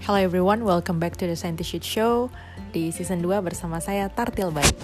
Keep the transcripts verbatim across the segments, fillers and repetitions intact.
Hello everyone, welcome back to the Scientist Shoot Show di season dua bersama saya Tartil Baik.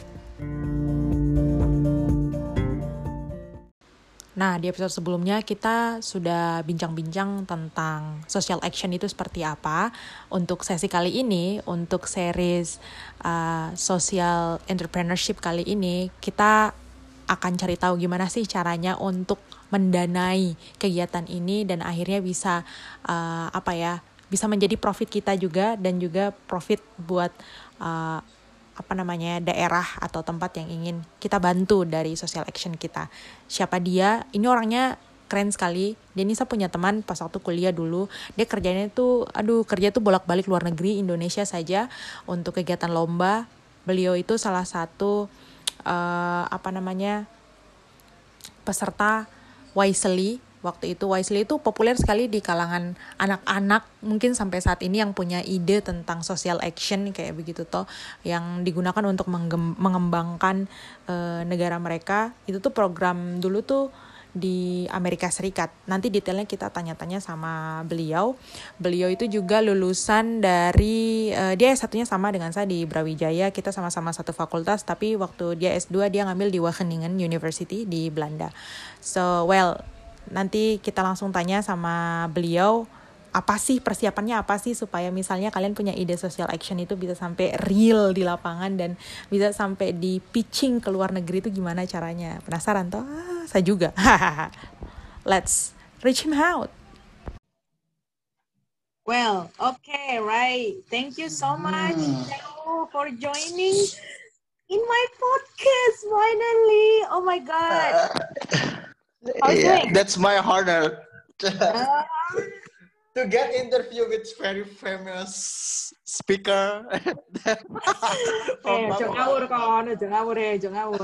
Nah, di episode sebelumnya kita sudah bincang-bincang tentang social action itu seperti apa. Untuk sesi kali ini, untuk series uh, social entrepreneurship kali ini, kita akan cari tahu gimana sih caranya untuk mendanai kegiatan ini dan akhirnya bisa uh, apa ya, bisa menjadi profit kita juga dan juga profit buat uh, apa namanya daerah atau tempat yang ingin kita bantu dari social action kita. Siapa dia? Ini orangnya keren sekali. Denisa punya teman pas waktu kuliah dulu, dia kerjanya tuh aduh kerja tuh bolak-balik luar negeri, Indonesia saja untuk kegiatan lomba. Beliau itu salah satu uh, apa namanya peserta Wisely. Waktu itu Wisely itu populer sekali di kalangan anak-anak, mungkin sampai saat ini yang punya ide tentang social action kayak begitu toh, yang digunakan untuk menggem- mengembangkan e, negara mereka. Itu tuh program dulu tuh di Amerika Serikat. Nanti detailnya kita tanya-tanya sama beliau. Beliau itu juga lulusan dari e, dia S satu-nya sama dengan saya di Brawijaya. Kita sama-sama satu fakultas, tapi waktu dia S dua dia ngambil di Wageningen University di Belanda. So well, nanti kita langsung tanya sama beliau apa sih persiapannya, apa sih supaya misalnya kalian punya ide social action itu bisa sampai real di lapangan dan bisa sampai di pitching ke luar negeri itu gimana caranya. Penasaran toh? Ah, saya juga. Let's reach him out. Well, okay, right. Thank you so much Hello, for joining in my podcast finally. Oh my god. Yeah, that's my honor uh, to get interview with very famous speaker. Eh, jangan ngawur kon, jangan ngawur ya, jangan ngawur.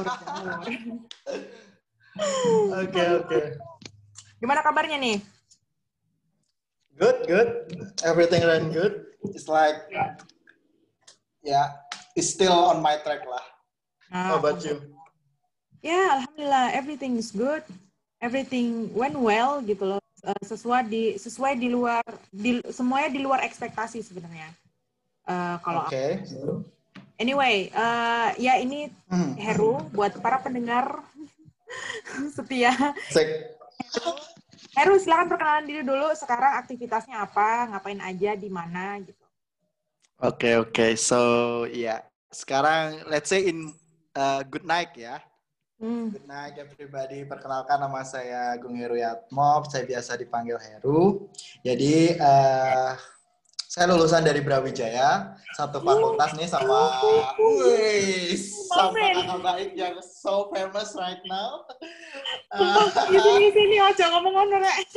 Oke oke. Gimana kabarnya nih? Good good, everything run good. It's like yeah, it's still on my track lah. How about you? Ya, alhamdulillah, everything is good. Everything went well gitu loh, uh, sesuai di sesuai di luar di semuanya di luar ekspektasi sebenarnya. Uh, kalau okay. aku. Anyway, uh, ya ini hmm. Heru buat para pendengar setia. Sek. Heru, silakan perkenalan diri dulu. Sekarang aktivitasnya apa, ngapain aja, di mana gitu. Oke okay, oke, okay. So ya yeah. Sekarang let's say in uh, good night ya. Hmm. Good night everybody, perkenalkan nama saya Gung Heru Yatmop, saya biasa dipanggil Heru. Jadi uh, saya lulusan dari Brawijaya, satu fakultas nih sama wih, sama kakak baik yang so famous right now. Uh, sini sini aja ngomong ngomong ya.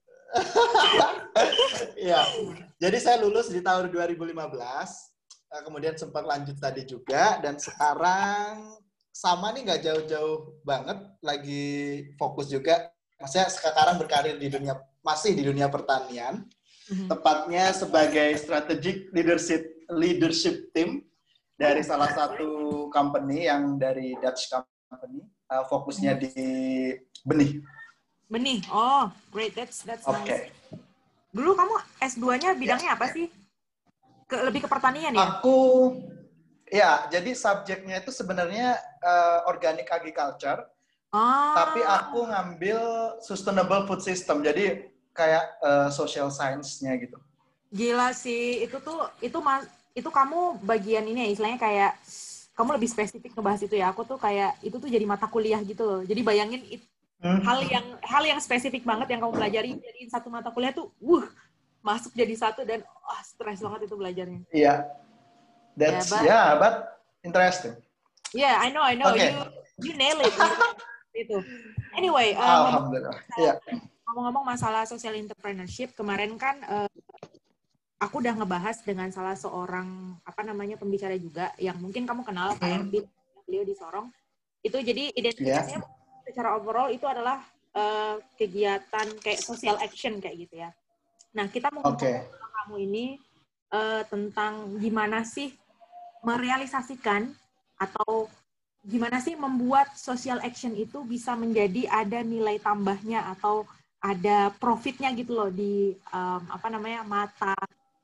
Ya, jadi saya lulus di tahun dua ribu lima belas, kemudian sempat lanjut tadi juga, dan sekarang sama nih nggak jauh-jauh banget, lagi fokus juga. Maksudnya sekarang berkarir di dunia, masih di dunia pertanian, mm-hmm. tepatnya sebagai strategic leadership leadership team dari salah satu company yang dari Dutch company, uh, fokusnya di benih. Benih, oh great, that's that's okay. nice. Dulu kamu S dua-nya bidangnya yeah. apa sih? Ke, lebih ke pertanian ya? Aku ya, jadi subjeknya itu sebenarnya uh, organic agriculture, ah. tapi aku ngambil sustainable food system, jadi kayak uh, social science-nya gitu. Gila sih, itu tuh itu mas, itu kamu bagian ini ya, istilahnya kayak kamu lebih spesifik ngebahas itu ya. Aku tuh kayak itu tuh jadi mata kuliah gitu loh. Jadi bayangin it, hmm. hal yang hal yang spesifik banget yang kamu pelajari jadiin satu mata kuliah tuh, wuh masuk jadi satu dan wah oh, stres banget itu belajarnya. Iya. Yeah. That's yeah but, yeah, but interesting. Yeah, I know, I know. Okay. You you nail it. Itu. Anyway, uh, alhamdulillah. Yeah. Ngomong-ngomong masalah social entrepreneurship, kemarin kan uh, aku udah ngebahas dengan salah seorang apa namanya pembicara juga yang mungkin kamu kenal, Pak Ervin, beliau di Sorong. Itu jadi identitasnya yeah. secara overall itu adalah uh, kegiatan kayak social action kayak gitu ya. Nah, kita mau okay. ngomong sama kamu ini uh, tentang gimana sih merealisasikan atau gimana sih membuat social action itu bisa menjadi ada nilai tambahnya atau ada profitnya gitu loh di um, apa namanya mata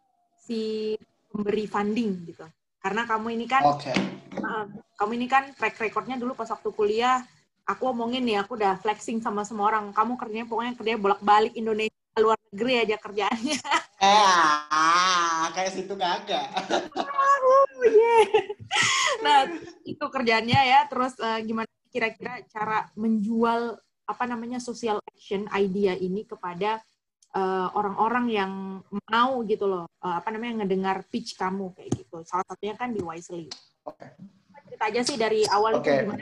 si pemberi funding gitu. Karena kamu ini kan, Oke. uh, kamu ini kan track recordnya dulu pas waktu kuliah, aku omongin nih, aku udah flexing sama semua orang. Kamu kerjanya pokoknya kerjanya bolak-balik Indonesia, luar negeri aja kerjaannya. Eh, kayak situ kagak. Oh, yeah. Nah, itu kerjaannya ya. Terus uh, gimana kira-kira cara menjual apa namanya social action idea ini kepada uh, orang-orang yang mau gitu loh, uh, apa namanya ngedengar pitch kamu kayak gitu. Salah satunya kan di Wisely. Oke. Cerita aja sih dari awal Oke. itu gimana?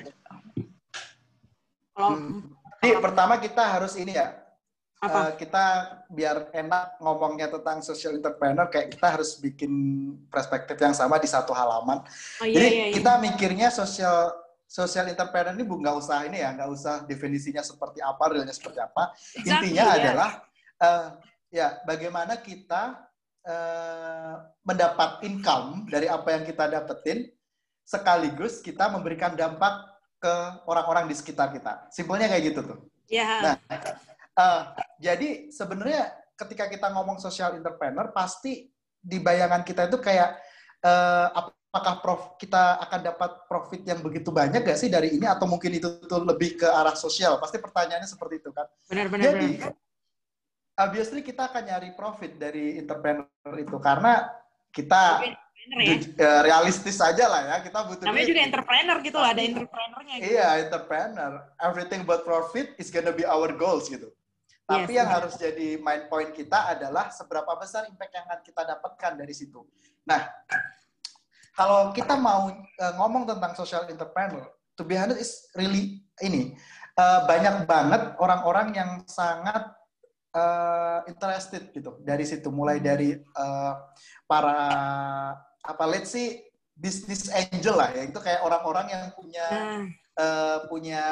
Kalau Hmm. Jadi pertama kita harus ini ya. apa? Uh, kita biar enak ngomongnya tentang social entrepreneur, kayak kita harus bikin perspektif yang sama di satu halaman. Oh, iya, Jadi iya, iya. kita mikirnya social social entrepreneur ini bu nggak usah ini ya, nggak usah definisinya seperti apa, realnya seperti apa. Exactly, Intinya yeah. adalah uh, ya bagaimana kita uh, mendapat income dari apa yang kita dapetin, sekaligus kita memberikan dampak ke orang-orang di sekitar kita. Simpelnya kayak gitu tuh. Iya. Yeah. Nah. Uh, jadi sebenarnya ketika kita ngomong social entrepreneur, pasti di bayangan kita itu kayak uh, apakah prof, kita akan dapat profit yang begitu banyak gak sih dari ini, atau mungkin itu tuh lebih ke arah sosial? Pasti pertanyaannya seperti itu kan. Benar-benar. Jadi obviously kita akan nyari profit dari entrepreneur itu karena kita ya? realistis aja lah ya, kita butuh namanya duit. Juga entrepreneur gitu lah, ada entrepreneurnya gitu. Iya, entrepreneur. Everything but profit is gonna be our goals gitu. Tapi yes, yang benar. Harus jadi main point kita adalah seberapa besar impact yang akan kita dapatkan dari situ. Nah, kalau kita mau uh, ngomong tentang social entrepreneur, to be honest is really ini uh, banyak banget orang-orang yang sangat uh, interested gitu dari situ. Mulai dari uh, para apa let's see business angel lah ya, itu kayak orang-orang yang punya uh, punya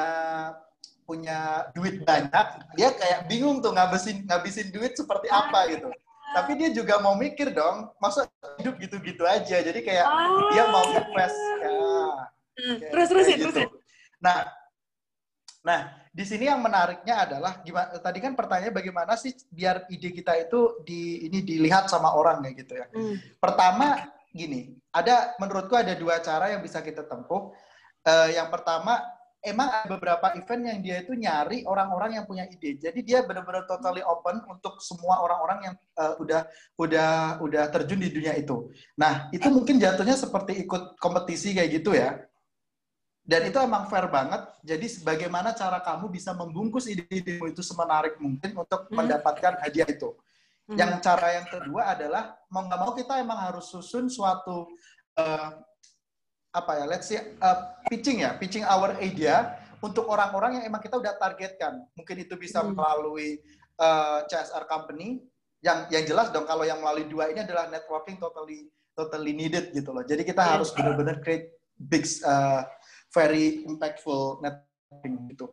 punya duit banyak, dia kayak bingung tuh ngabisin ngabisin duit seperti apa gitu. Tapi dia juga mau mikir dong, masa hidup gitu-gitu aja. Jadi kayak ah. dia mau invest ya. Kayak, terus terus kayak gitu. terus. Nah, nah di sini yang menariknya adalah gimana? Tadi kan pertanyaannya bagaimana sih biar ide kita itu di ini dilihat sama orang kayak gitu ya. Hmm. Pertama gini, ada menurutku ada dua cara yang bisa kita tempuh. Uh, yang pertama, emang ada beberapa event yang dia itu nyari orang-orang yang punya ide. Jadi dia benar-benar totally open untuk semua orang-orang yang uh, udah udah udah terjun di dunia itu. Nah, itu mungkin jatuhnya seperti ikut kompetisi kayak gitu ya. Dan itu emang fair banget. Jadi bagaimana cara kamu bisa membungkus ide-idemu itu semenarik mungkin untuk hmm. mendapatkan hadiah itu. Hmm. Yang cara yang kedua adalah mau nggak mau kita emang harus susun suatu uh, apa ya, let's say uh, pitching ya, pitching our idea untuk orang-orang yang emang kita udah targetkan. Mungkin itu bisa hmm. melalui uh, C S R company, yang yang jelas dong kalau yang melalui dua ini adalah networking totally totally needed gitu loh. Jadi kita yeah. harus benar-benar create big, uh, very impactful networking gitu.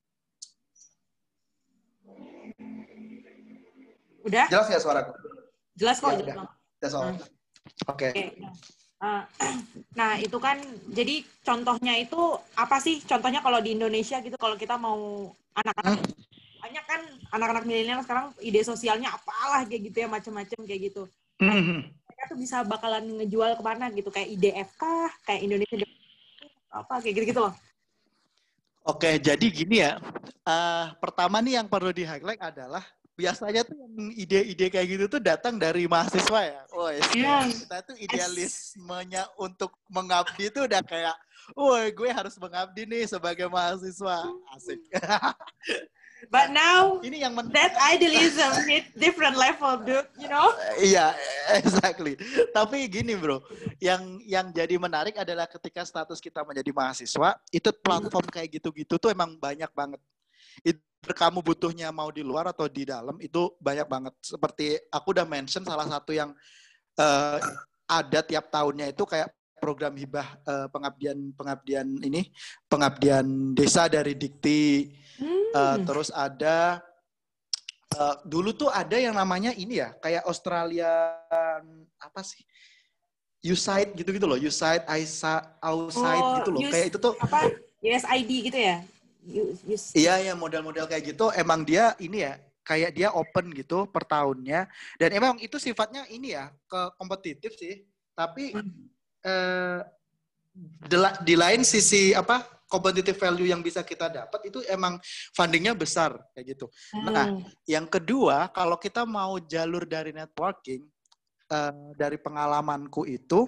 Udah? Jelas nggak suaraku? Jelas kok. Ya, jelas. Oke. Hmm. Okay. Okay. Uh, nah itu kan jadi contohnya itu apa sih contohnya kalau di Indonesia gitu, kalau kita mau anak-anak hmm. banyak kan anak-anak milenial sekarang ide sosialnya apalah kayak gitu ya, macam-macam kayak gitu. Nah, hmm. mereka tuh bisa bakalan ngejual kemana gitu, kayak I D F kah, kayak Indonesia apa kayak gitu-gitu loh. Oke, jadi gini ya, uh, pertama nih yang perlu di-highlight adalah biasanya tuh ide-ide kayak gitu tuh datang dari mahasiswa ya. Woi, yeah. kita tuh idealismenya yes. untuk mengabdi tuh udah kayak, woi gue harus mengabdi nih sebagai mahasiswa. Asik. But now, ini yang men- that idealism hit different level, dude, you know? Iya, yeah, exactly. Tapi gini bro, yang yang jadi menarik adalah ketika status kita menjadi mahasiswa, itu platform kayak gitu-gitu tuh emang banyak banget. Itu kamu butuhnya mau di luar atau di dalam itu banyak banget. Seperti aku udah mention salah satu yang uh, ada tiap tahunnya itu kayak program hibah uh, pengabdian pengabdian ini pengabdian desa dari Dikti. Hmm. Uh, terus ada uh, dulu tuh ada yang namanya ini ya kayak Australian apa sih? U S A I D gitu-gitu loh. U S A I D, I S A, outside oh, gitu loh. Use, kayak itu tuh apa? U S A I D gitu ya. Use. Iya ya model-model kayak gitu emang dia ini ya kayak dia open gitu per tahunnya. Dan emang itu sifatnya ini ya, ke kompetitif sih. Tapi eh, di, di lain sisi apa competitive value yang bisa kita dapat itu emang fundingnya besar kayak gitu. Nah, Hmm. yang kedua kalau kita mau jalur dari networking, uh, dari pengalamanku itu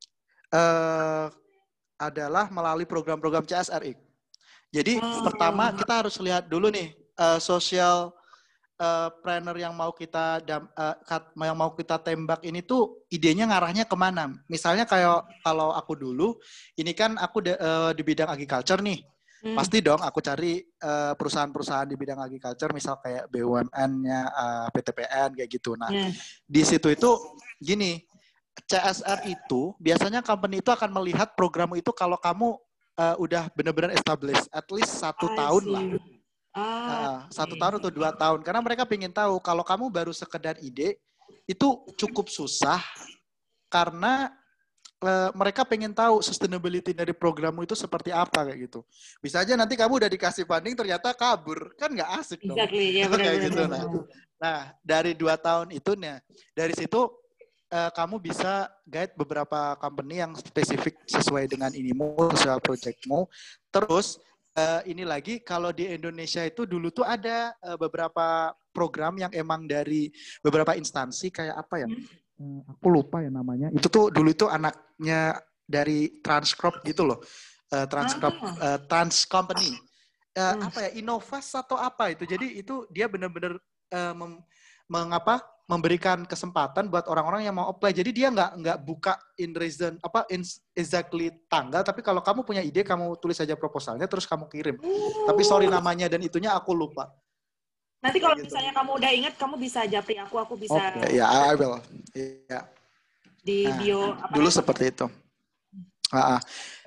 uh, adalah melalui program-program C S R I. Jadi Hmm. pertama kita harus lihat dulu nih uh, social Uh, planner yang mau kita dam, uh, kat, yang mau kita tembak ini tuh idenya ngarahnya kemana? Misalnya kayak kalau aku dulu, ini kan aku de, uh, di bidang agriculture nih, hmm. pasti dong aku cari uh, perusahaan-perusahaan di bidang agriculture, misal kayak B U M N-nya, uh, P T P N kayak gitu. Nah, hmm. di situ itu gini, C S R itu biasanya company itu akan melihat programmu itu kalau kamu uh, udah benar-benar established, at least satu I tahun see. lah. Uh, satu tahun atau dua tahun karena mereka pengen tahu kalau kamu baru sekedar ide itu cukup susah karena uh, mereka pengen tahu sustainability dari programmu itu seperti apa kayak gitu. Bisa aja nanti kamu udah dikasih funding ternyata kabur, kan nggak asik dong. Exactly, ya, benar, kayak benar, gitu. benar. Nah, nah dari dua tahun itu nih dari situ uh, kamu bisa guide beberapa company yang spesifik sesuai dengan inimu, sesuai projectmu. Terus Uh, ini lagi kalau di Indonesia itu dulu tuh ada uh, beberapa program yang emang dari beberapa instansi kayak apa ya? Hmm. Uh, aku lupa ya namanya. Itu tuh dulu itu anaknya dari Transcorp gitu loh. Uh, Transcorp uh, Trans Company. Uh, hmm. Apa ya? Innovas atau apa itu. Jadi itu dia benar-benar uh, mem- mengapa memberikan kesempatan buat orang-orang yang mau apply. Jadi dia nggak nggak buka in reason apa in exactly tanggal, tapi kalau kamu punya ide kamu tulis saja proposalnya terus kamu kirim. Oh. Tapi sorry namanya dan itunya aku lupa. Nanti kalau gitu. Misalnya kamu udah ingat kamu bisa japri aku, aku bisa. Oke, okay, ya yeah, I will. Yeah. Di nah, bio apa dulu seperti itu. Ah,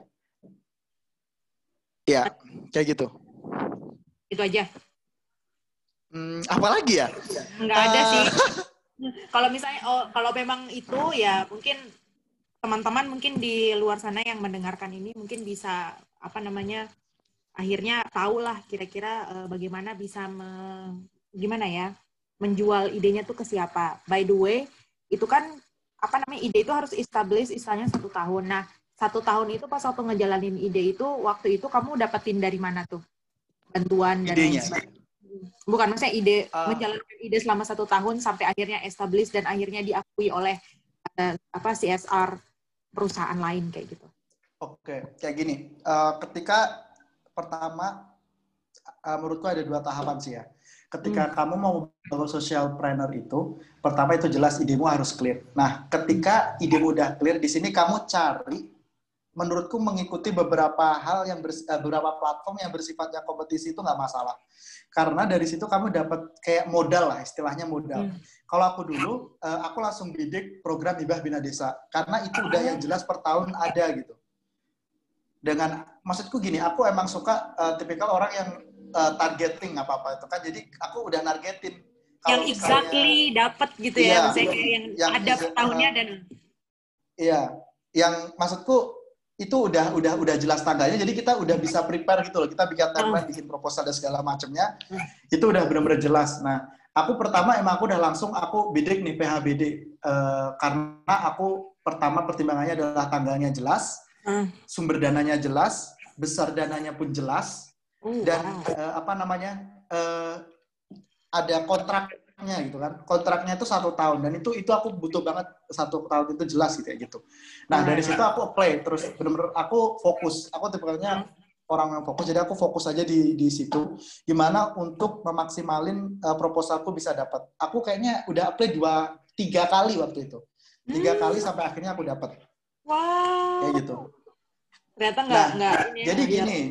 ya, kayak gitu. Itu aja. Hmm, apa lagi ya? Nggak uh, ada sih. Kalau misalnya, oh, kalau memang itu ya mungkin teman-teman mungkin di luar sana yang mendengarkan ini mungkin bisa apa namanya akhirnya tahu lah kira-kira uh, bagaimana bisa me, gimana ya menjual idenya tuh ke siapa. By the way, itu kan apa namanya ide itu harus establish istilahnya satu tahun. Nah satu tahun itu pas waktu ngejalanin ide itu waktu itu kamu dapetin dari mana tuh bantuan dan idenya? Bukan, maksudnya ide, uh, menjalankan ide selama satu tahun sampai akhirnya establish dan akhirnya diakui oleh uh, apa C S R perusahaan lain kayak gitu. Oke, kayak gini. Uh, ketika pertama, uh, menurutku ada dua tahapan sih ya. Ketika hmm. kamu mau bangun social planner itu, pertama itu jelas idemu harus clear. Nah, ketika idemu udah clear, di sini kamu cari, menurutku mengikuti beberapa hal yang bers, uh, beberapa platform yang bersifatnya kompetisi itu nggak masalah. Karena dari situ kamu dapat kayak modal lah, istilahnya modal. Hmm. Kalau aku dulu, uh, aku langsung bidik program Hibah Bina Desa. Karena itu udah yang jelas per tahun ada gitu. Dengan, maksudku gini, aku emang suka uh, tipikal orang yang uh, targeting apa-apa itu kan. Jadi aku udah nargetin. Yang misalnya, exactly dapat gitu iya, ya, maksudnya kayak yang, yang ada per tahunnya dan... Iya, yang maksudku itu udah udah udah jelas tanggalnya, jadi kita udah bisa prepare gitu loh, kita bikin timeline, bikin proposal dan segala macamnya, itu udah benar-benar jelas. Nah, aku pertama emang aku udah langsung aku bidik nih P H B D uh, karena aku pertama pertimbangannya adalah tanggalnya jelas, sumber dananya jelas, besar dananya pun jelas, dan uh, apa namanya uh, ada kontrak gitu kan, kontraknya itu satu tahun dan itu itu aku butuh banget satu tahun itu jelas gitu ya gitu. Nah dari situ aku apply terus benar-benar aku fokus, aku tipikalnya orang yang fokus, jadi aku fokus aja di di situ gimana untuk memaksimalin uh, proposalku bisa dapat. Aku kayaknya udah apply dua tiga kali waktu itu, tiga hmm. kali sampai akhirnya aku dapat. Wow. Kayak gitu. Ternyata nggak nah, nggak. Jadi ya, gini.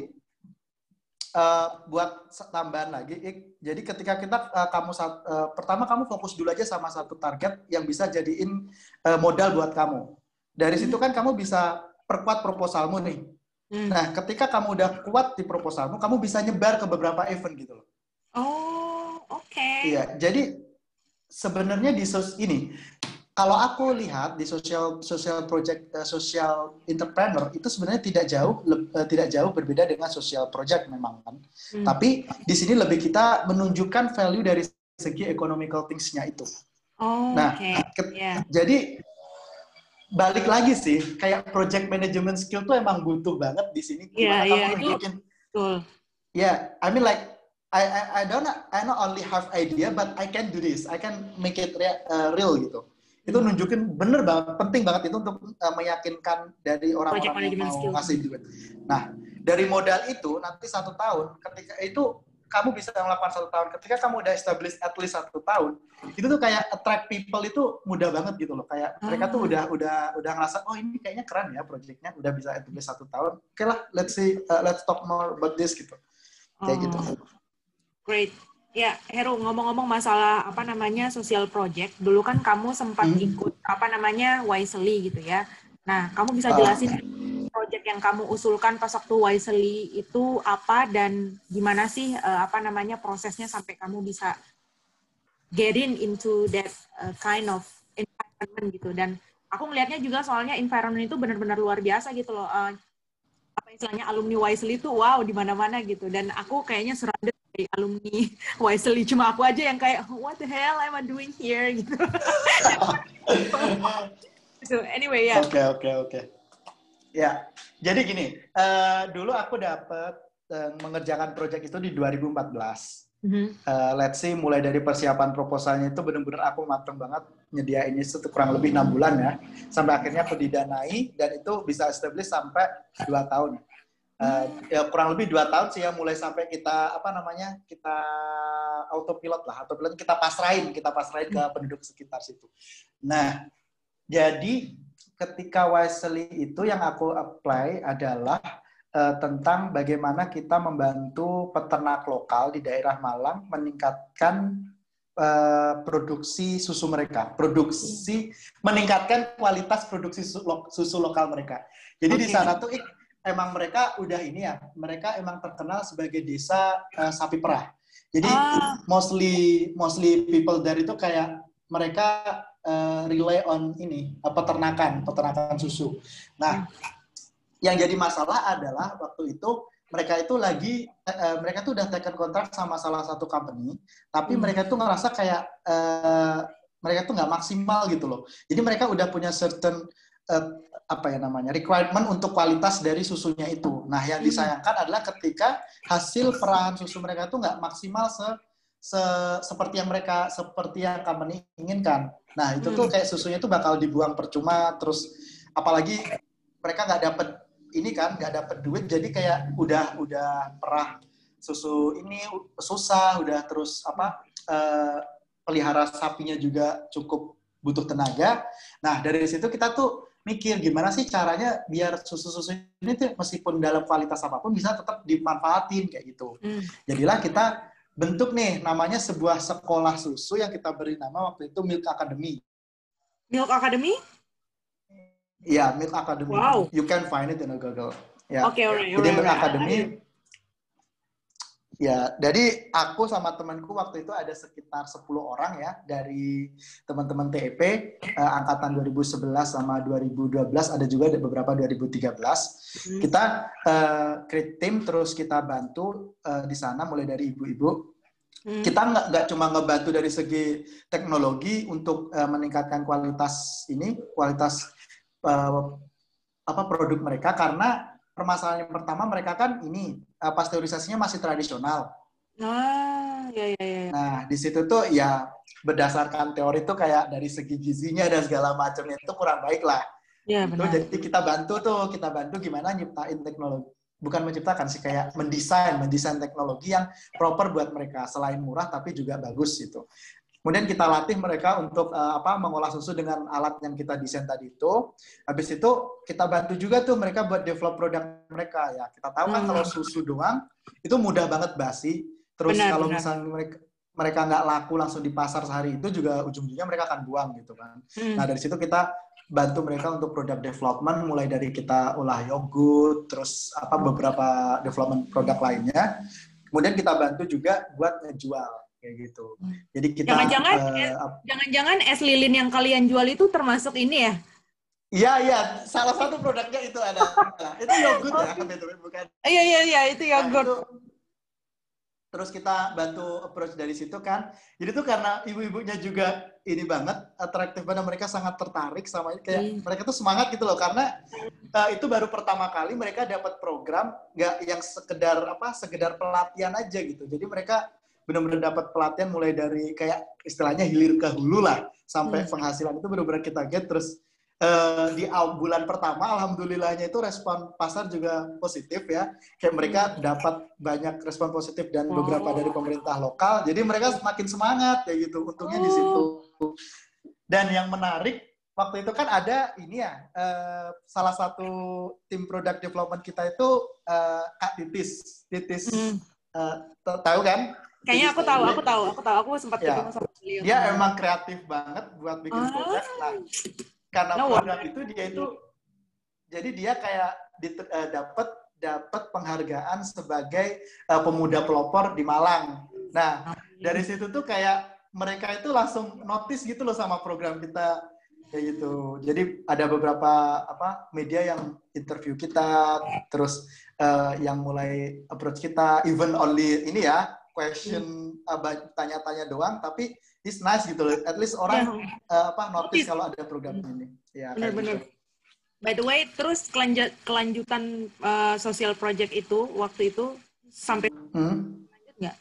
Uh, buat tambahan lagi, Ik. Jadi ketika kita uh, kamu uh, pertama kamu fokus dulu aja sama satu target yang bisa jadiin uh, modal buat kamu. Dari hmm. situ kan kamu bisa perkuat proposalmu nih. Hmm. Nah, ketika kamu udah kuat di proposalmu, kamu bisa nyebar ke beberapa event gitu loh. Oh, oke. Okay. Iya, jadi sebenarnya di sos ini kalau aku lihat di social social project uh, social entrepreneur itu sebenarnya tidak jauh uh, tidak jauh berbeda dengan social project memang kan. Hmm. Tapi di sini lebih kita menunjukkan value dari segi economical things-nya itu. Oh, nah, okay. ke- yeah. jadi balik lagi sih, kayak project management skill tuh emang butuh banget di sini. Iya, Gimana iya, kamu itu nunjukin? betul. Yeah, I mean like I I I don't I not only have idea, but I can do this. I can make it rea- uh, real gitu. Itu Hmm. nunjukin bener banget, penting banget itu untuk uh, meyakinkan dari Project orang-orang yang management mau skill. ngasih duit. Nah, dari modal itu nanti satu tahun, ketika itu kamu bisa melakukan satu tahun. Ketika kamu udah establish at least satu tahun, itu tuh kayak attract people itu mudah banget gitu loh. Kayak Ah. mereka tuh udah udah udah ngerasa, oh ini kayaknya keren ya projectnya, udah bisa at least satu tahun. Oke okay lah, let's see, uh, let's talk more about this gitu. Kayak Oh. gitu. Great. Ya, Heru, ngomong-ngomong masalah apa namanya social project, dulu kan kamu sempat Hmm. ikut apa namanya Wisely gitu ya. Nah, kamu bisa Ah. jelasin project yang kamu usulkan pas waktu Wisely itu apa dan gimana sih uh, apa namanya prosesnya sampai kamu bisa getting into that uh, kind of environment gitu. Dan aku ngelihatnya juga soalnya environment itu benar-benar luar biasa gitu loh. Uh, apa istilahnya alumni Wisely itu wow di mana-mana gitu. Dan aku kayaknya surrounded by alumni Wisely, cuma aku aja yang kayak what the hell am I doing here gitu. So anyway ya. Yeah. Oke oke oke. Ya, jadi gini, uh, dulu aku dapat uh, mengerjakan project itu di dua ribu empat belas. Mm-hmm. Uh, let's say mulai dari persiapan proposalnya itu benar-benar aku mateng banget nyediainnya itu kurang lebih enam bulan ya, sampai akhirnya aku didanai dan itu bisa establish sampai dua tahun. Uh, ya kurang lebih dua tahun sih ya, mulai sampai kita apa namanya kita autopilot lah, autopilot kita pasrahin, kita pasrahin ke penduduk sekitar situ. Nah, jadi ketika Wisely itu yang aku apply adalah uh, tentang bagaimana kita membantu peternak lokal di daerah Malang meningkatkan uh, produksi susu mereka, produksi meningkatkan kualitas produksi susu, lo, susu lokal mereka. Jadi okay. Di sana tuh emang mereka udah ini ya, mereka emang terkenal sebagai desa uh, sapi perah. Jadi ah. mostly mostly people dari itu kayak mereka uh, rely on ini peternakan, peternakan susu. Nah, yang jadi masalah adalah waktu itu mereka itu lagi uh, mereka tuh udah taken kontrak sama salah satu company, tapi hmm. mereka tuh ngerasa kayak uh, mereka tuh nggak maksimal gitu loh. Jadi mereka udah punya certain uh, apa ya namanya requirement untuk kualitas dari susunya itu. Nah, yang disayangkan adalah ketika hasil perahan susu mereka tuh nggak maksimal se, se seperti yang mereka seperti yang company inginkan. Nah, itu tuh kayak susunya tuh bakal dibuang percuma, terus apalagi mereka nggak dapet ini kan, nggak dapet duit, jadi kayak udah udah perah susu ini susah, udah terus apa uh, pelihara sapinya juga cukup butuh tenaga. Nah, dari situ kita tuh mikir gimana sih caranya biar susu-susu ini tuh meskipun dalam kualitas apapun bisa tetap dimanfaatin kayak gitu. Mm. Jadilah kita bentuk nih namanya sebuah sekolah susu yang kita beri nama waktu itu Milk Academy. Milk Academy? Iya, Milk Academy. Wow. You can find it in Google. Ya. Oke, okay, alright. Jadi Milk right. Academy. Ya, jadi aku sama temanku waktu itu ada sekitar sepuluh orang ya dari teman-teman T E P eh, angkatan dua ribu sebelas sama dua ribu dua belas, ada juga ada beberapa dua ribu tiga belas. Hmm. Kita eh, create tim terus kita bantu eh, di sana mulai dari ibu-ibu. Hmm. Kita nggak nggak cuma ngebantu dari segi teknologi untuk eh, meningkatkan kualitas ini, kualitas eh, apa produk mereka, karena permasalahan yang pertama mereka kan ini uh, pasteurisasinya masih tradisional. Ah, ya ya ya. Nah, di situ tuh ya berdasarkan teori tuh kayak dari segi gizinya dan segala macamnya itu kurang baik lah. Ya, itu, benar. jadi kita bantu tuh, kita bantu gimana nyiptain teknologi. Bukan menciptakan sih, kayak mendesain, mendesain teknologi yang proper buat mereka, selain murah tapi juga bagus gitu. Kemudian kita latih mereka untuk uh, apa mengolah susu dengan alat yang kita desain tadi itu. Habis itu kita bantu juga tuh mereka buat develop produk mereka ya. Kita tahu kan hmm. kalau susu doang itu mudah banget basi. Terus benar, kalau benar. misalnya mereka mereka nggak laku langsung di pasar sehari itu juga ujung-ujungnya mereka akan buang gitu kan. Hmm. Nah, dari situ kita bantu mereka untuk produk development, mulai dari kita olah yogurt, terus apa beberapa development produk lainnya. Kemudian kita bantu juga buat ngejual kayak gitu. Jadi kita jangan-jangan uh, jangan-jangan es lilin yang kalian jual itu termasuk ini ya? Iya iya, salah satu produknya itu ada. Itu yogurt ya, bukan? Iya iya iya, itu yogurt. Nah, itu, terus kita bantu approach dari situ kan. Jadi tuh karena ibu-ibunya juga ini banget, atraktif banget, mereka sangat tertarik sama kayak hmm. mereka tuh semangat gitu loh, karena uh, itu baru pertama kali mereka dapat program nggak yang sekedar apa, sekedar pelatihan aja gitu. Jadi mereka benar-benar dapat pelatihan mulai dari kayak istilahnya hilir ke hulu lah, sampai hmm. penghasilan itu benar-benar kita get. Terus Uh, di bulan pertama, alhamdulillahnya itu respon pasar juga positif ya. Kayak mereka dapat banyak respon positif dan wow. beberapa dari pemerintah lokal. Jadi mereka semakin semangat ya gitu. Untungnya oh. di situ. Dan yang menarik waktu itu kan ada ini ya, uh, salah satu tim product development kita itu uh, Kak Titis. Titis hmm. uh, tahu kan? Kayaknya aku tahu, aku tahu, aku tahu. Aku sempat ya. ketemu sama beliau. Dia emang kreatif banget buat bikin ah. produk. Nah, karena no, program itu dia itu jadi dia kayak uh, dapat dapat penghargaan sebagai uh, pemuda pelopor di Malang. Nah, dari situ tuh kayak mereka itu langsung notice gitu loh sama program kita kayak gitu. Jadi ada beberapa apa media yang interview kita, terus uh, yang mulai approach kita, even only ini ya question uh, tanya-tanya doang, tapi it's nice gitu loh. At least orang yeah. uh, apa notice kalau ada program ini. Ya, benar-benar. Gitu. By the way, terus kelanjut, kelanjutan uh, social project itu waktu itu sampai hmm? lanjut nggak?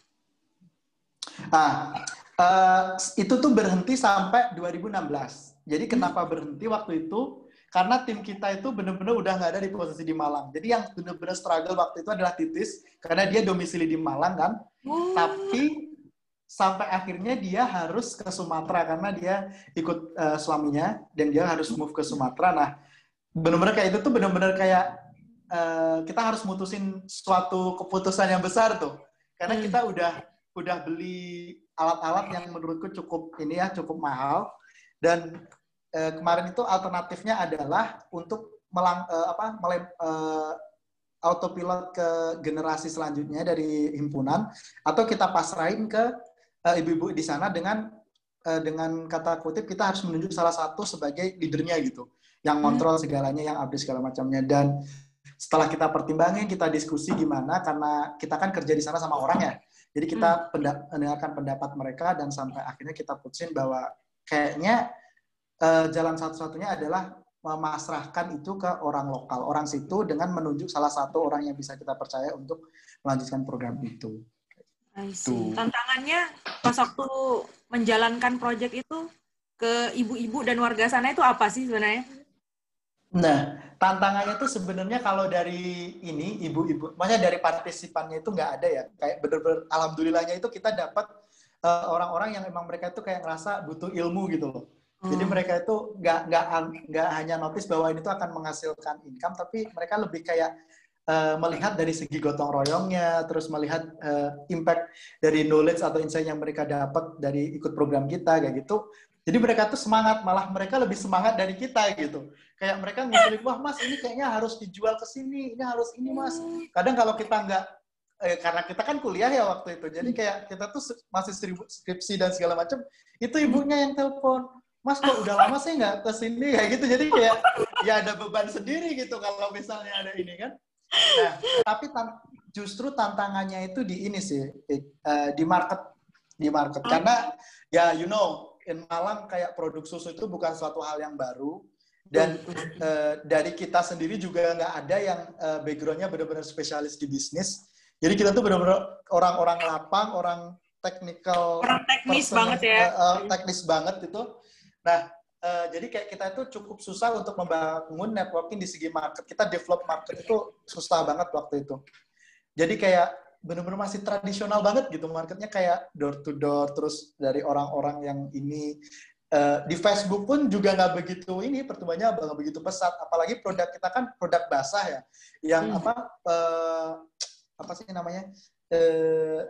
Ah, uh, itu tuh berhenti sampai dua ribu enam belas. Jadi kenapa hmm. berhenti waktu itu? Karena tim kita itu benar-benar udah nggak ada di posisi di Malang. Jadi yang benar-benar struggle waktu itu adalah Titis, karena dia domisili di Malang kan. Oh. Tapi sampai akhirnya dia harus ke Sumatera karena dia ikut uh, suaminya dan dia harus move ke Sumatera. Nah, benar-benar kayak itu tuh benar-benar kayak uh, kita harus mutusin suatu keputusan yang besar tuh. Karena hmm. kita udah udah beli alat-alat yang menurutku cukup ini ya, cukup mahal. Dan uh, kemarin itu alternatifnya adalah untuk melang uh, apa melem, uh, autopilot ke generasi selanjutnya dari himpunan, atau kita pasrahin ke uh, ibu-ibu di sana dengan uh, dengan kata kutip kita harus menunjuk salah satu sebagai leadernya gitu, yang kontrol segalanya, yang update segala macamnya. Dan setelah kita pertimbangin, kita diskusi gimana, karena kita kan kerja di sana sama orang ya, jadi kita hmm. penda- mendengarkan pendapat mereka dan sampai akhirnya kita putusin bahwa kayaknya uh, jalan satu-satunya adalah memasrahkan itu ke orang lokal, orang situ, dengan menunjuk salah satu orang yang bisa kita percaya untuk melanjutkan program itu. Tuh. Tantangannya pas waktu menjalankan proyek itu ke ibu-ibu dan warga sana itu apa sih sebenarnya? Nah, tantangannya itu sebenarnya kalau dari ini ibu-ibu, maksudnya dari partisipannya itu nggak ada ya. Kayak bener-bener alhamdulillahnya itu kita dapat uh, orang-orang yang emang mereka itu kayak ngerasa butuh ilmu gitu loh. Jadi mereka itu nggak nggak nggak hanya notice bahwa ini tuh akan menghasilkan income, tapi mereka lebih kayak uh, melihat dari segi gotong royongnya, terus melihat uh, impact dari knowledge atau insight yang mereka dapat dari ikut program kita kayak gitu. Jadi mereka tuh semangat, malah mereka lebih semangat dari kita gitu. Kayak mereka ngusulin, wah mas ini kayaknya harus dijual ke sini, ini harus ini mas. Kadang kalau kita nggak, eh, karena kita kan kuliah ya waktu itu, jadi kayak kita tuh masih skripsi dan segala macam, itu ibunya yang telepon. Mas kok udah lama sih nggak kesini kayak gitu, jadi kayak ya ada beban sendiri gitu kalau misalnya ada ini kan. Nah tapi tan justru tantangannya itu di ini sih, uh, di market, di market karena ya you know in Malang kayak produk susu itu bukan suatu hal yang baru, dan uh, dari kita sendiri juga nggak ada yang uh, backgroundnya benar-benar spesialis di bisnis. Jadi kita tuh benar-benar orang-orang lapang, orang technical, orang teknis person, banget ya, uh, uh, teknis banget itu. Nah, uh, jadi kayak kita itu cukup susah untuk membangun networking di segi market. Kita develop market itu susah banget waktu itu. Jadi kayak benar-benar masih tradisional banget gitu marketnya, kayak door to door, terus dari orang-orang yang ini. Uh, di Facebook pun juga nggak begitu ini, pertumbuhannya nggak begitu pesat. Apalagi produk kita kan produk basah ya, yang hmm. apa uh, apa sih namanya? Uh,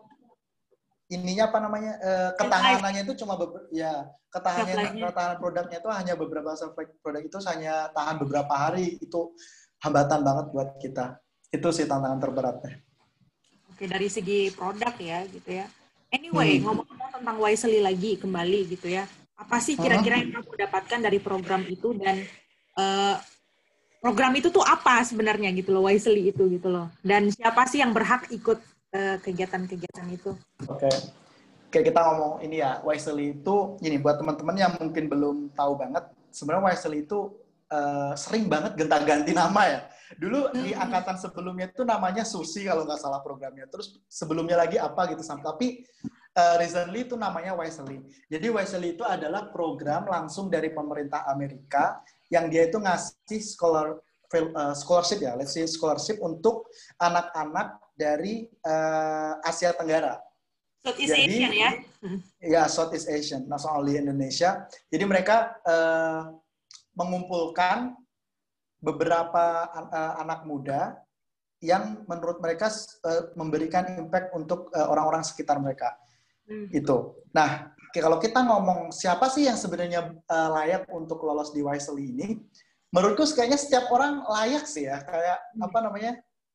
ininya apa namanya uh, ketahanannya itu cuma beber- ya ketahanan ketahanan produknya itu hanya beberapa produk itu hanya tahan beberapa hari, itu hambatan banget buat kita. Itu sih tantangan terberatnya. Oke, dari segi produk ya gitu ya. Anyway, hmm. ngomong-ngomong tentang Wisely lagi kembali gitu ya, apa sih kira-kira yang kamu dapatkan dari program itu, dan uh, program itu tuh apa sebenarnya gitu loh, Wisely itu gitu loh, dan siapa sih yang berhak ikut uh, kegiatan-kegiatan itu. Oke. Okay. Kayak kita ngomong ini ya, Wisely itu, ini buat teman-teman yang mungkin belum tahu banget, sebenarnya Wisely itu uh, sering banget gonta-ganti nama ya. Dulu di angkatan sebelumnya itu namanya Susi kalau nggak salah programnya. Terus sebelumnya lagi apa gitu, tapi uh, recently itu namanya Wisely. Jadi Wisely itu adalah program langsung dari pemerintah Amerika yang dia itu ngasih scholar, uh, scholarship ya, let's say scholarship untuk anak-anak dari uh, Asia Tenggara. Southeast Jadi, Asian ya? Ya, Southeast Asian, not only Indonesia. Jadi mereka uh, mengumpulkan beberapa uh, anak muda yang menurut mereka uh, memberikan impact untuk uh, orang-orang sekitar mereka. Hmm. Itu. Nah, kalau kita ngomong siapa sih yang sebenarnya uh, layak untuk lolos di Wisely ini, menurutku kayaknya setiap orang layak sih ya. Kayak hmm. apa namanya?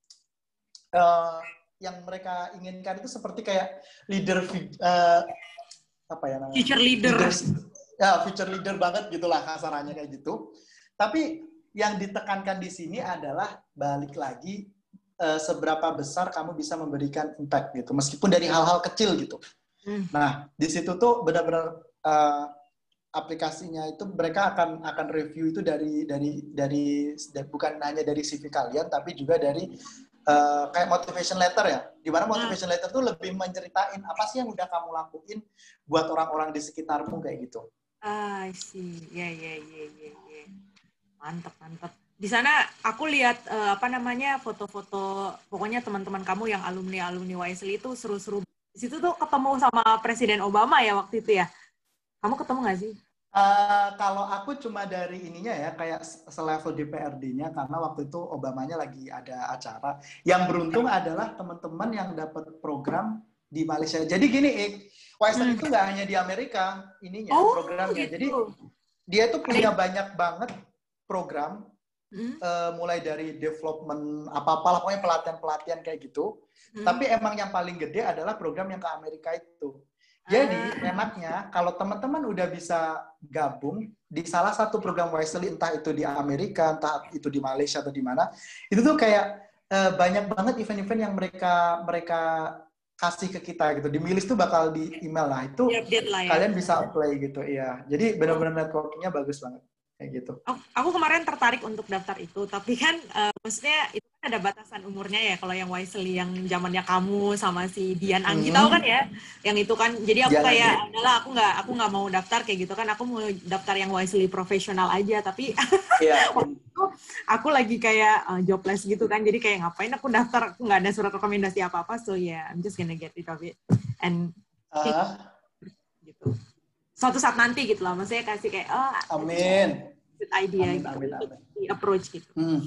Uh, yang mereka inginkan itu seperti kayak leader uh, apa ya namanya? Future leader. Leaders, ya, future leader banget gitulah kasarannya kayak gitu. Tapi yang ditekankan di sini adalah balik lagi uh, seberapa besar kamu bisa memberikan impact gitu, meskipun dari hal-hal kecil gitu. Hmm. Nah, di situ tuh benar-benar uh, aplikasinya itu mereka akan akan review itu dari dari dari bukan hanya dari C V kalian, tapi juga dari Uh, kayak motivation letter ya, di mana motivation letter tuh lebih menceritain apa sih yang udah kamu lakuin buat orang-orang di sekitarmu kayak gitu. Ah, I see. Ya, ya, ya, ya, ya. Mantap, mantap. Di sana aku lihat uh, apa namanya foto-foto, pokoknya teman-teman kamu yang alumni-alumni Wisely itu seru-seru. Di situ tuh ketemu sama Presiden Obama ya waktu itu ya. Kamu ketemu nggak sih? Uh, kalau aku cuma dari ininya ya, kayak selevel D P R D-nya, karena waktu itu Obamanya lagi ada acara. Yang beruntung adalah teman-teman yang dapat program di Malaysia. Jadi gini, Ik, Wisely hmm. itu nggak hanya di Amerika ininya oh, programnya. Gitu. Jadi dia itu punya banyak banget program, hmm. uh, mulai dari development apa-apa, pokoknya pelatihan-pelatihan kayak gitu. Hmm. Tapi emang yang paling gede adalah program yang ke Amerika itu. Jadi enaknya kalau teman-teman udah bisa gabung di salah satu program Wisely, entah itu di Amerika, entah itu di Malaysia atau di mana, itu tuh kayak uh, banyak banget event-event yang mereka mereka kasih ke kita gitu. Di list tuh bakal di email lah itu ya, lah ya. Kalian bisa apply gitu ya. Jadi benar-benar networking-nya bagus banget kayak gitu. Aku kemarin tertarik untuk daftar itu, tapi kan uh, maksudnya itu kan ada batasan umurnya ya. Kalau yang Wisely yang zamannya kamu sama si Dian Anggi hmm. tahu kan ya, yang itu kan. Jadi aku Dian kayak Anggi. adalah aku nggak aku nggak mau daftar kayak gitu kan. Aku mau daftar yang Wisely profesional aja. Tapi yeah. waktu itu aku lagi kayak uh, jobless gitu kan. Jadi kayak ngapain aku daftar? Aku nggak ada surat rekomendasi apa apa. So yeah, I'm just gonna get rid of it. And uh. gitu. Suatu saat nanti gitu lah, maksudnya kasih kayak oh amin good idea amin, gitu amin, amin. Di approach gitu. Hmm.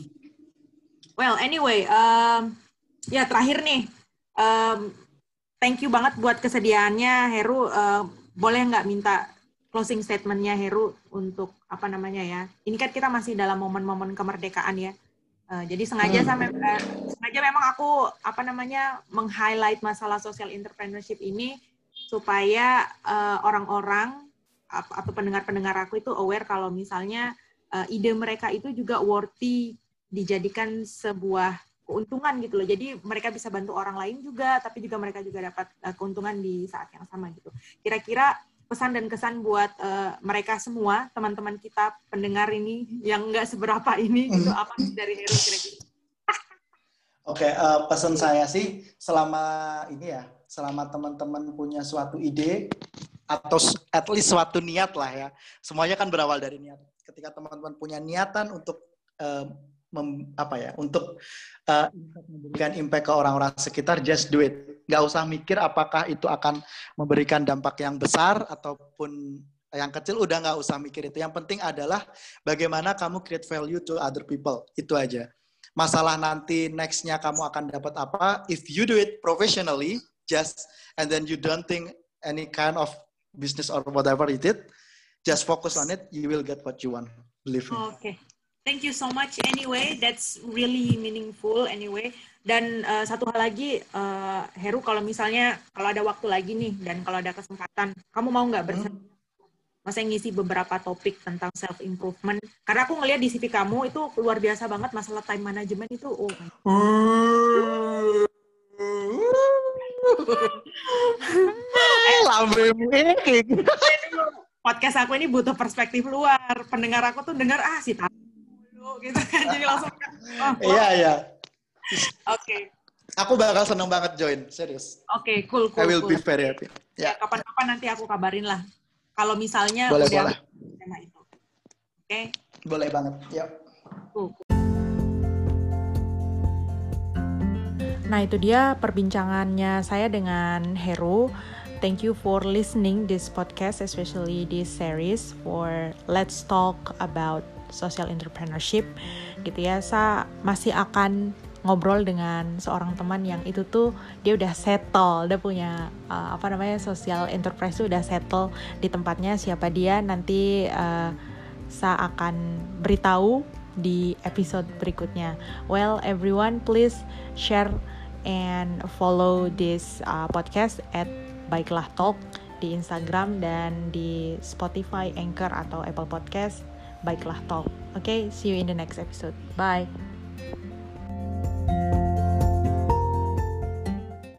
Well anyway, um, ya terakhir nih, um, thank you banget buat kesediaannya Heru. Uh, boleh nggak minta closing statementnya Heru untuk apa namanya ya? Ini kan kita masih dalam momen-momen kemerdekaan ya. Uh, jadi sengaja hmm. sampai uh, sengaja memang aku apa namanya meng-highlight masalah social entrepreneurship ini supaya uh, orang-orang atau pendengar-pendengar aku itu aware kalau misalnya uh, ide mereka itu juga worthy dijadikan sebuah keuntungan gitu loh. Jadi mereka bisa bantu orang lain juga, tapi juga mereka juga dapat uh, keuntungan di saat yang sama gitu. Kira-kira pesan dan kesan buat uh, mereka semua, teman-teman kita pendengar ini yang nggak seberapa ini, gitu, apa dari Heru kira-kira? Oke, okay, uh, pesan saya sih selama ini ya, selama teman-teman punya suatu ide atau at least suatu niat lah ya. Semuanya kan berawal dari niat. Ketika teman-teman punya niatan untuk uh, mem, apa ya, untuk uh, memberikan impact ke orang-orang sekitar, just do it. Nggak usah mikir apakah itu akan memberikan dampak yang besar ataupun yang kecil, udah nggak usah mikir itu. Yang penting adalah bagaimana kamu create value to other people. Itu aja. Masalah nanti next-nya kamu akan dapat apa, if you do it professionally, just, and then you don't think any kind of business or whatever it is, just focus on it, you will get what you want. Believe me. Oke. Okay. Thank you so much anyway, that's really meaningful anyway. Dan uh, satu hal lagi, uh, Heru, kalau misalnya, kalau ada waktu lagi nih, dan kalau ada kesempatan, kamu mau nggak bersama? Hmm. Maksudnya ngisi beberapa topik tentang self-improvement. Karena aku ngeliat di C V kamu itu luar biasa banget masalah time management itu. Oh. Eh, lambemu ini kayak gitu. Podcast aku ini butuh perspektif luar. Pendengar aku tuh dengar ah si tahu gitu kan. Jadi langsung oh, Iya, iya. Oke. Okay. Aku bakal seneng banget join, serius. Oke, okay, cool, cool. I will cool. be very happy. Ya, Ya. kapan-kapan nanti aku kabarin lah. Kalau misalnya Boleh, udah boleh. tema itu. Oke. Okay? Boleh banget. Yuk. Cool. Nah, itu dia perbincangannya saya dengan Heru. Thank you for listening this podcast, especially this series for Let's Talk about Social Entrepreneurship. Gitu ya, saya masih akan ngobrol dengan seorang teman yang itu tuh dia udah settle, dia punya uh, apa namanya social enterprise tuh udah settle di tempatnya. Siapa dia nanti uh, saya akan beritahu di episode berikutnya. Well, everyone, please share and follow this uh, podcast at Baiklah Talk di Instagram dan di Spotify, Anchor atau Apple Podcast. Baiklah Talk. Okay, see you in the next episode. Bye.